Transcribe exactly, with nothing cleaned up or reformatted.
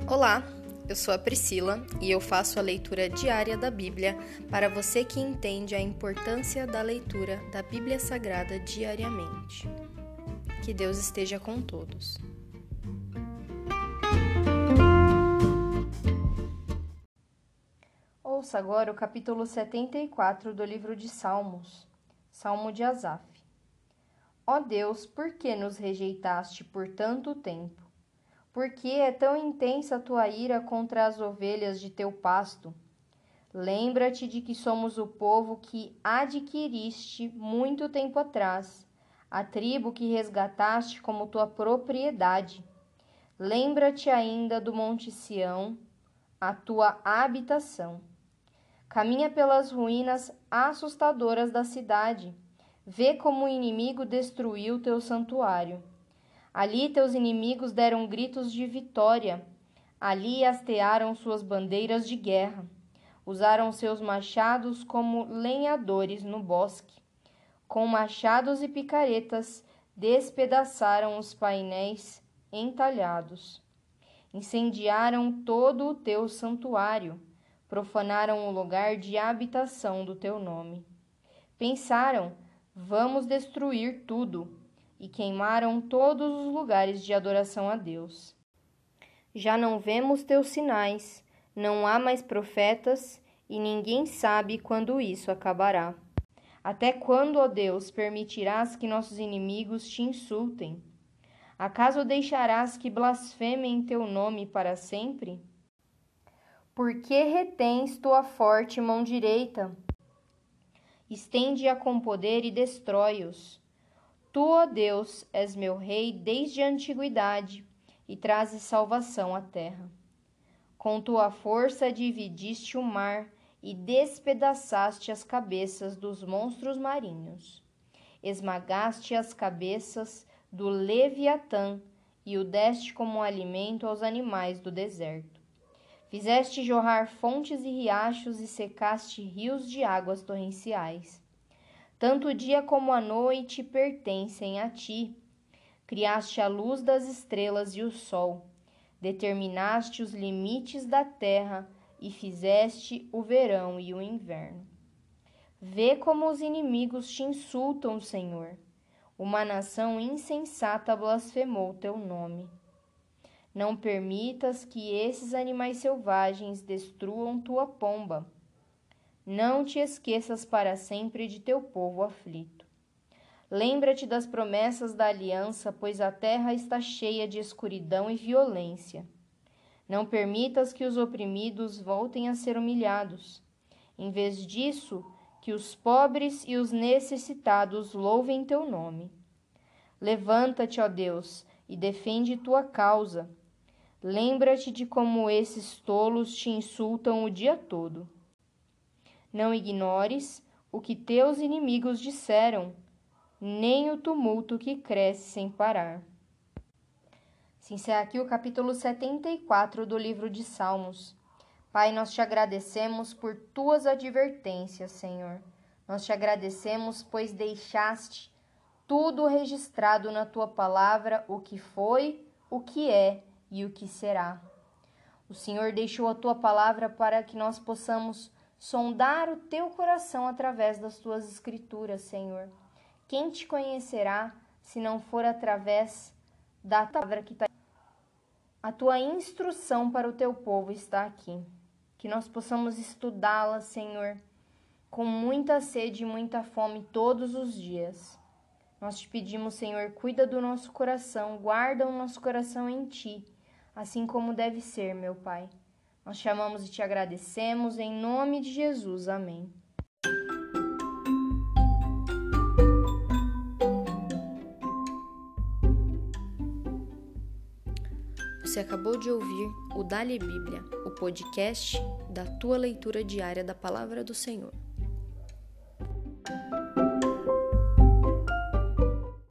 Olá, eu sou a Priscila e eu faço a leitura diária da Bíblia para você que entende a importância da leitura da Bíblia Sagrada diariamente. Que Deus esteja com todos. Ouça agora o capítulo setenta e quatro do livro de Salmos, Salmo de Asaf. Ó Deus, por que nos rejeitaste por tanto tempo? Por que é tão intensa a tua ira contra as ovelhas de teu pasto? Lembra-te de que somos o povo que adquiriste muito tempo atrás, a tribo que resgataste como tua propriedade. Lembra-te ainda do Monte Sião, a tua habitação. Caminha pelas ruínas assustadoras da cidade. Vê como o inimigo destruiu teu santuário. Ali teus inimigos deram gritos de vitória. Ali hastearam suas bandeiras de guerra. Usaram seus machados como lenhadores no bosque. Com machados e picaretas, despedaçaram os painéis entalhados. Incendiaram todo o teu santuário. Profanaram o lugar de habitação do teu nome. Pensaram, vamos destruir tudo. E queimaram todos os lugares de adoração a Deus. Já não vemos teus sinais, não há mais profetas, e ninguém sabe quando isso acabará. Até quando, ó Deus, permitirás que nossos inimigos te insultem? Acaso deixarás que blasfemem teu nome para sempre? Por que retens tua forte mão direita? Estende-a com poder e destrói-os. Tu, ó Deus, és meu rei desde a antiguidade e trazes salvação à terra. Com tua força dividiste o mar e despedaçaste as cabeças dos monstros marinhos. Esmagaste as cabeças do Leviatã e o deste como alimento aos animais do deserto. Fizeste jorrar fontes e riachos e secaste rios de águas torrenciais. Tanto o dia como a noite pertencem a ti. Criaste a luz das estrelas e o sol. Determinaste os limites da terra e fizeste o verão e o inverno. Vê como os inimigos te insultam, Senhor. Uma nação insensata blasfemou teu nome. Não permitas que esses animais selvagens destruam tua pomba. Não te esqueças para sempre de teu povo aflito. Lembra-te das promessas da aliança, pois a terra está cheia de escuridão e violência. Não permitas que os oprimidos voltem a ser humilhados. Em vez disso, que os pobres e os necessitados louvem teu nome. Levanta-te, ó Deus, e defende tua causa. Lembra-te de como esses tolos te insultam o dia todo. Não ignores o que teus inimigos disseram, nem o tumulto que cresce sem parar. Se encerra aqui o capítulo setenta e quatro do livro de Salmos. Pai, nós te agradecemos por tuas advertências, Senhor. Nós te agradecemos, pois deixaste tudo registrado na tua palavra, o que foi, o que é e o que será. O Senhor deixou a tua palavra para que nós possamos sondar o teu coração através das tuas escrituras, Senhor. Quem te conhecerá se não for através da palavra que está? A tua instrução para o teu povo está aqui. Que nós possamos estudá-la, Senhor, com muita sede e muita fome todos os dias. Nós te pedimos, Senhor, cuida do nosso coração, guarda o nosso coração em ti, assim como deve ser, meu Pai. Nós te amamos e te agradecemos, em nome de Jesus. Amém. Você acabou de ouvir o Dali Bíblia, o podcast da tua leitura diária da Palavra do Senhor.